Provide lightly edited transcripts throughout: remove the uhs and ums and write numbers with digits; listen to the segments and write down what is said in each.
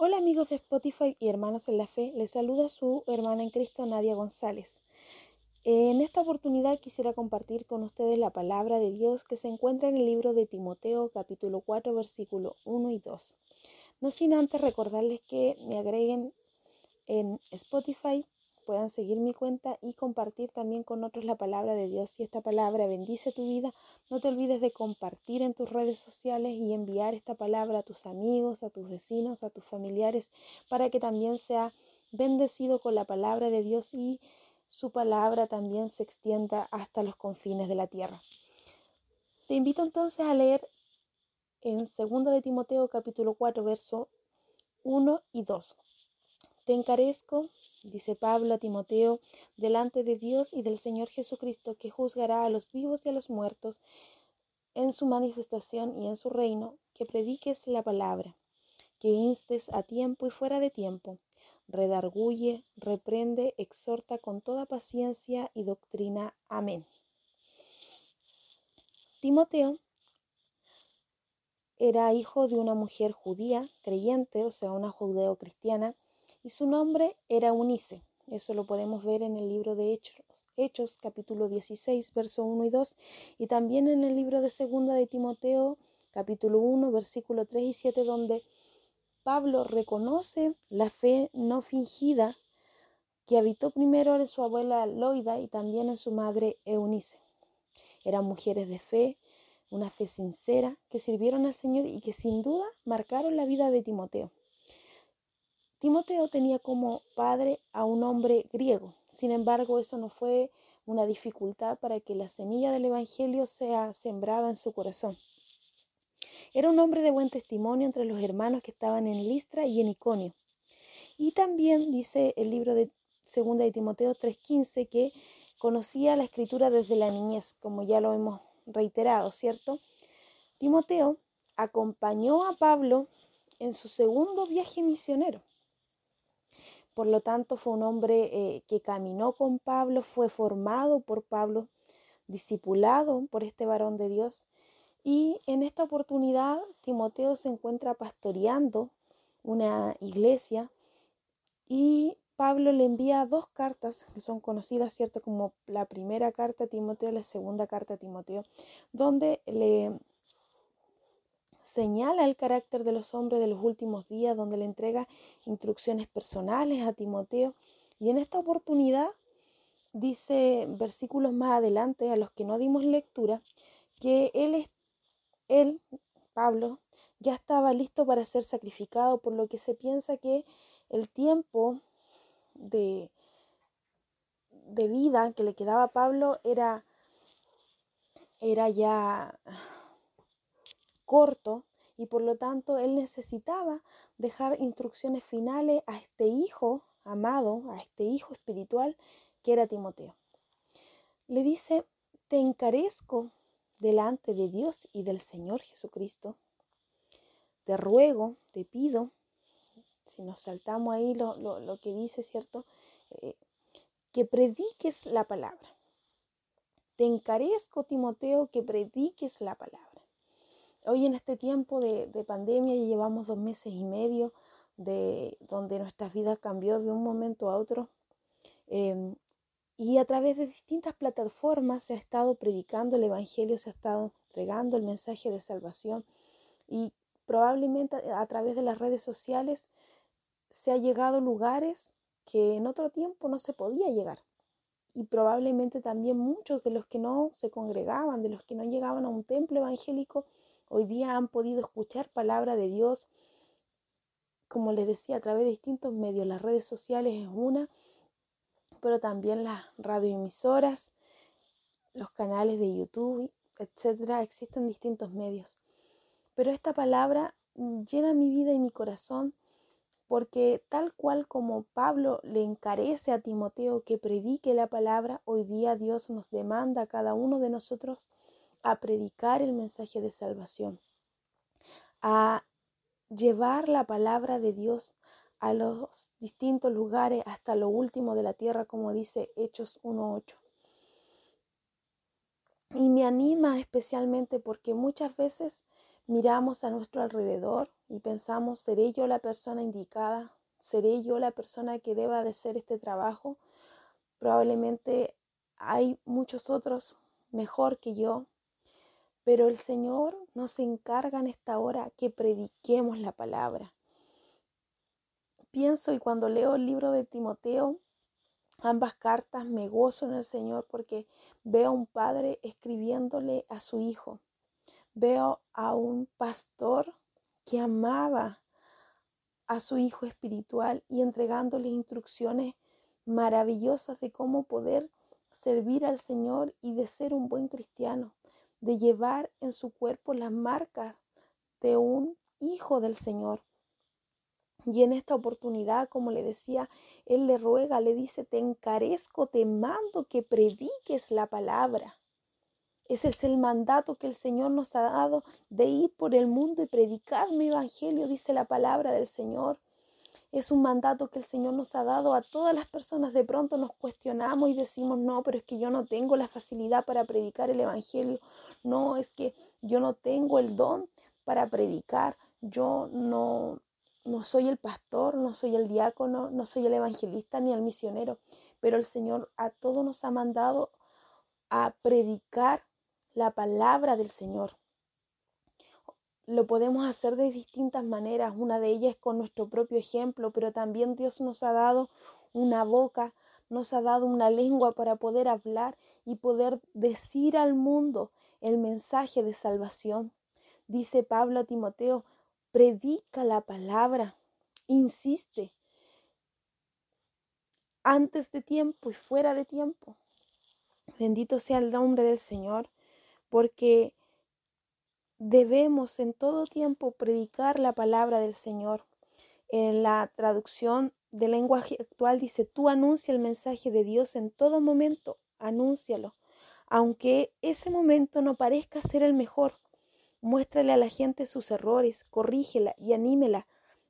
Hola amigos de Spotify y hermanos en la fe, les saluda su hermana en Cristo Nadia González. En esta oportunidad quisiera compartir con ustedes la palabra de Dios que se encuentra en el libro de Timoteo capítulo 4 versículo 1 y 2. No sin antes recordarles que me agreguen en Spotify, puedan seguir mi cuenta y compartir también con otros la palabra de Dios. Si esta palabra bendice tu vida, no te olvides de compartir en tus redes sociales y enviar esta palabra a tus amigos, a tus vecinos, a tus familiares, para que también sea bendecido con la palabra de Dios y su palabra también se extienda hasta los confines de la tierra. Te invito entonces a leer en 2 de Timoteo capítulo 4 verso 1 y 2. Te encarezco, dice Pablo a Timoteo, delante de Dios y del Señor Jesucristo, que juzgará a los vivos y a los muertos en su manifestación y en su reino, que prediques la palabra, que instes a tiempo y fuera de tiempo, redarguye, reprende, exhorta con toda paciencia y doctrina. Amén. Timoteo era hijo de una mujer judía, creyente, o sea, una judeo-cristiana, y su nombre era Eunice. Eso lo podemos ver en el libro de Hechos capítulo 16, verso 1 y 2, y también en el libro de 2 de Timoteo, capítulo 1, versículo 3 y 7, donde Pablo reconoce la fe no fingida que habitó primero en su abuela Loida y también en su madre Eunice. Eran mujeres de fe, una fe sincera, que sirvieron al Señor y que sin duda marcaron la vida de Timoteo. Timoteo tenía como padre a un hombre griego. Sin embargo, eso no fue una dificultad para que la semilla del Evangelio sea sembrada en su corazón. Era un hombre de buen testimonio entre los hermanos que estaban en Listra y en Iconio. Y también dice el libro de 2 de Timoteo 3:15 que conocía la Escritura desde la niñez, como ya lo hemos reiterado, ¿cierto? Timoteo acompañó a Pablo en su segundo viaje misionero. Por lo tanto, fue un hombre que caminó con Pablo, fue formado por Pablo, discipulado por este varón de Dios. Y en esta oportunidad, Timoteo se encuentra pastoreando una iglesia y Pablo le envía 2 cartas que son conocidas, ¿cierto?, como la primera carta a Timoteo y la segunda carta a Timoteo, donde le señala el carácter de los hombres de los últimos días, donde le entrega instrucciones personales a Timoteo. Y en esta oportunidad dice versículos más adelante, a los que no dimos lectura, que él, Pablo, ya estaba listo para ser sacrificado, por lo que se piensa que el tiempo de vida que le quedaba a Pablo era ya corto, y por lo tanto él necesitaba dejar instrucciones finales a este hijo amado, a este hijo espiritual que era Timoteo. Le dice: te encarezco delante de Dios y del Señor Jesucristo, te ruego, te pido, si nos saltamos ahí lo que dice, ¿cierto?, que prediques la palabra. Te encarezco, Timoteo, que prediques la palabra. Hoy en este tiempo de pandemia, ya llevamos 2 meses y medio donde nuestras vidas cambió de un momento a otro, y a través de distintas plataformas se ha estado predicando el Evangelio, se ha estado entregando el mensaje de salvación, y probablemente a través de las redes sociales se ha llegado a lugares que en otro tiempo no se podía llegar. Y probablemente también muchos de los que no se congregaban, de los que no llegaban a un templo evangélico, hoy día han podido escuchar palabra de Dios, como les decía, a través de distintos medios. Las redes sociales es una, pero también las radioemisoras, los canales de YouTube, etcétera. Existen distintos medios. Pero esta palabra llena mi vida y mi corazón, porque tal cual como Pablo le encarece a Timoteo que predique la palabra, hoy día Dios nos demanda a cada uno de nosotros a predicar el mensaje de salvación, a llevar la palabra de Dios a los distintos lugares hasta lo último de la tierra, como dice Hechos 1:8. Y me anima especialmente porque muchas veces miramos a nuestro alrededor y pensamos, ¿seré yo la persona indicada? ¿Seré yo la persona que deba de hacer este trabajo? Probablemente hay muchos otros mejor que yo, pero el Señor nos encarga en esta hora que prediquemos la palabra. Pienso y cuando leo el libro de Timoteo, ambas cartas, me gozo en el Señor porque veo a un padre escribiéndole a su hijo. Veo a un pastor que amaba a su hijo espiritual y entregándole instrucciones maravillosas de cómo poder servir al Señor y de ser un buen cristiano, de llevar en su cuerpo las marcas de un hijo del Señor. Y en esta oportunidad, como le decía, él le ruega, le dice, te encarezco, te mando que prediques la palabra. Ese es el mandato que el Señor nos ha dado de ir por el mundo y predicar mi evangelio, dice la palabra del Señor. Es un mandato que el Señor nos ha dado a todas las personas. De pronto nos cuestionamos y decimos, no, pero es que yo no tengo la facilidad para predicar el evangelio. No, es que yo no tengo el don para predicar. Yo no soy el pastor, no soy el diácono, no soy el evangelista ni el misionero. Pero el Señor a todos nos ha mandado a predicar la palabra del Señor. Lo podemos hacer de distintas maneras, una de ellas es con nuestro propio ejemplo, pero también Dios nos ha dado una boca, nos ha dado una lengua para poder hablar y poder decir al mundo el mensaje de salvación. Dice Pablo a Timoteo, predica la palabra, insiste, antes de tiempo y fuera de tiempo. Bendito sea el nombre del Señor, porque debemos en todo tiempo predicar la palabra del Señor. En la traducción del lenguaje actual dice, tú anuncia el mensaje de Dios en todo momento, anúncialo. Aunque ese momento no parezca ser el mejor, muéstrale a la gente sus errores, corrígela y anímala,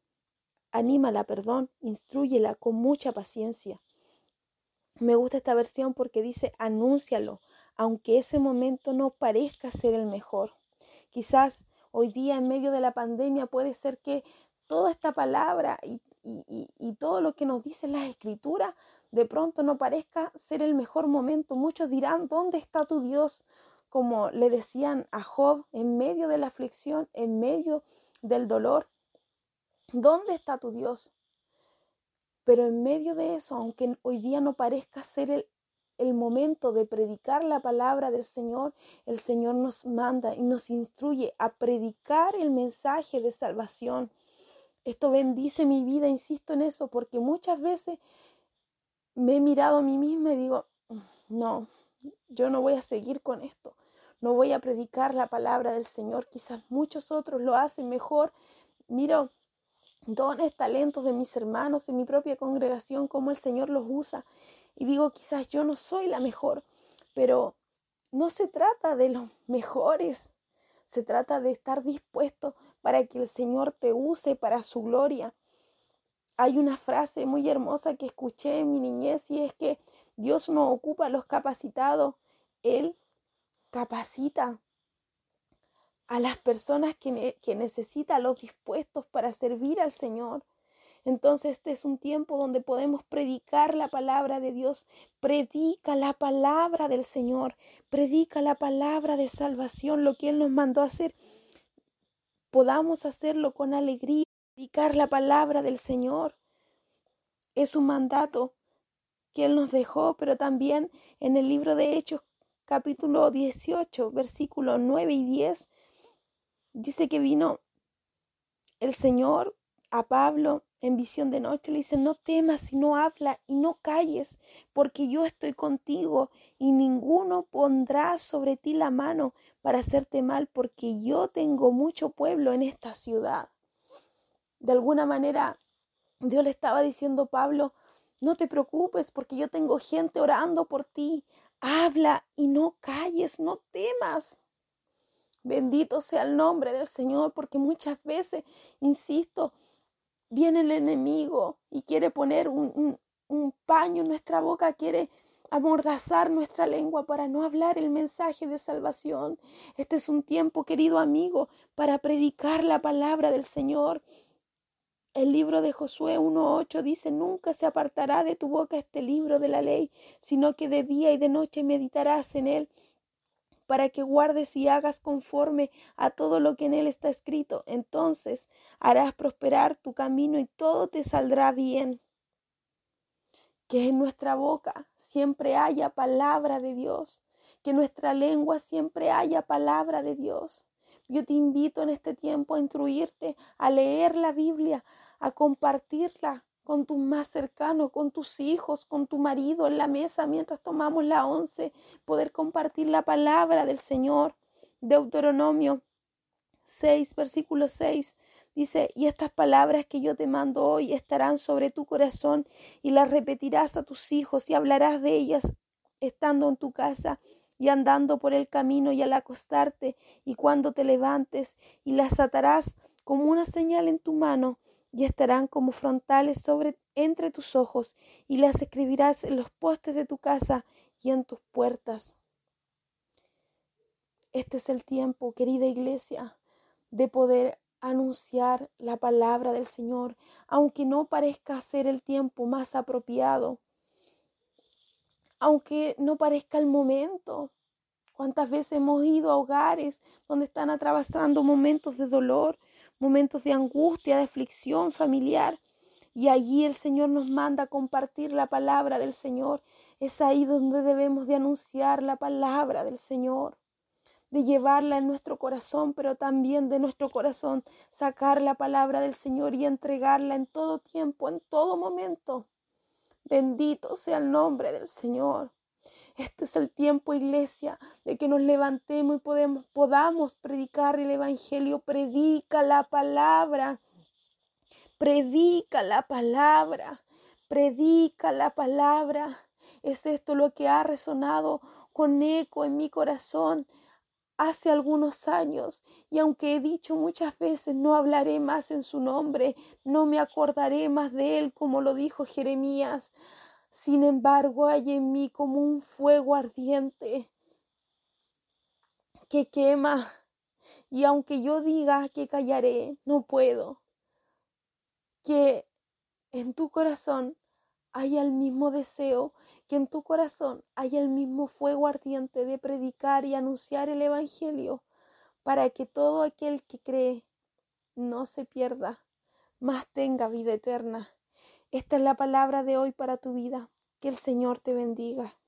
instrúyela con mucha paciencia. Me gusta esta versión porque dice, anúncialo, aunque ese momento no parezca ser el mejor. Quizás hoy día en medio de la pandemia puede ser que toda esta palabra y todo lo que nos dicen las escrituras de pronto no parezca ser el mejor momento. Muchos dirán, ¿dónde está tu Dios? Como le decían a Job en medio de la aflicción, en medio del dolor. ¿Dónde está tu Dios? Pero en medio de eso, aunque hoy día no parezca ser el momento de predicar la palabra del Señor, el Señor nos manda y nos instruye a predicar el mensaje de salvación. Esto bendice mi vida, insisto en eso, porque muchas veces me he mirado a mí misma y digo, no, yo no voy a seguir con esto, no voy a predicar la palabra del Señor, quizás muchos otros lo hacen mejor. Miro dones, talentos de mis hermanos en mi propia congregación, cómo el Señor los usa. Y digo, quizás yo no soy la mejor, pero no se trata de los mejores. Se trata de estar dispuesto para que el Señor te use para su gloria. Hay una frase muy hermosa que escuché en mi niñez y es que Dios no ocupa a los capacitados, Él capacita a las personas que necesitan, a los dispuestos para servir al Señor. Entonces este es un tiempo donde podemos predicar la palabra de Dios. Predica la palabra del Señor, predica la palabra de salvación, lo que Él nos mandó a hacer. Podamos hacerlo con alegría, predicar la palabra del Señor. Es un mandato que Él nos dejó, pero también en el libro de Hechos, capítulo 18, versículos 9 y 10, dice que vino el Señor a Pablo en visión de noche, le dice, no temas, sino habla y no calles, porque yo estoy contigo y ninguno pondrá sobre ti la mano para hacerte mal, porque yo tengo mucho pueblo en esta ciudad. De alguna manera, Dios le estaba diciendo a Pablo, no te preocupes, porque yo tengo gente orando por ti. Habla y no calles, no temas. Bendito sea el nombre del Señor, porque muchas veces, insisto, viene el enemigo y quiere poner un paño en nuestra boca, quiere amordazar nuestra lengua para no hablar el mensaje de salvación. Este es un tiempo, querido amigo, para predicar la palabra del Señor. El libro de Josué 1:8 dice: nunca se apartará de tu boca este libro de la ley, sino que de día y de noche meditarás en él, para que guardes y hagas conforme a todo lo que en él está escrito. Entonces harás prosperar tu camino y todo te saldrá bien. Que en nuestra boca siempre haya palabra de Dios, que en nuestra lengua siempre haya palabra de Dios. Yo te invito en este tiempo a instruirte, a leer la Biblia, a compartirla con tus más cercanos, con tus hijos, con tu marido en la mesa mientras tomamos la once, poder compartir la palabra del Señor. Deuteronomio 6, versículo 6. Dice: y estas palabras que yo te mando hoy estarán sobre tu corazón, y las repetirás a tus hijos, y hablarás de ellas estando en tu casa y andando por el camino y al acostarte y cuando te levantes, y las atarás como una señal en tu mano, y estarán como frontales entre tus ojos, y las escribirás en los postes de tu casa y en tus puertas. Este es el tiempo, querida iglesia, de poder anunciar la palabra del Señor, aunque no parezca ser el tiempo más apropiado, aunque no parezca el momento. ¿Cuántas veces hemos ido a hogares donde están atravesando momentos de dolor, momentos de angustia, de aflicción familiar? Y allí el Señor nos manda a compartir la palabra del Señor. Es ahí donde debemos de anunciar la palabra del Señor, de llevarla en nuestro corazón, pero también de nuestro corazón sacar la palabra del Señor y entregarla en todo tiempo, en todo momento. Bendito sea el nombre del Señor. Este es el tiempo, iglesia, de que nos levantemos y podamos predicar el Evangelio. Predica la palabra, predica la palabra, predica la palabra. Es esto lo que ha resonado con eco en mi corazón hace algunos años, y aunque he dicho muchas veces: no hablaré más en su nombre, no me acordaré más de él, como lo dijo Jeremías, sin embargo hay en mí como un fuego ardiente que quema, y aunque yo diga que callaré, no puedo. Que en tu corazón haya el mismo deseo, que en tu corazón haya el mismo fuego ardiente de predicar y anunciar el Evangelio, para que todo aquel que cree no se pierda, mas tenga vida eterna. Esta es la palabra de hoy para tu vida. Que el Señor te bendiga.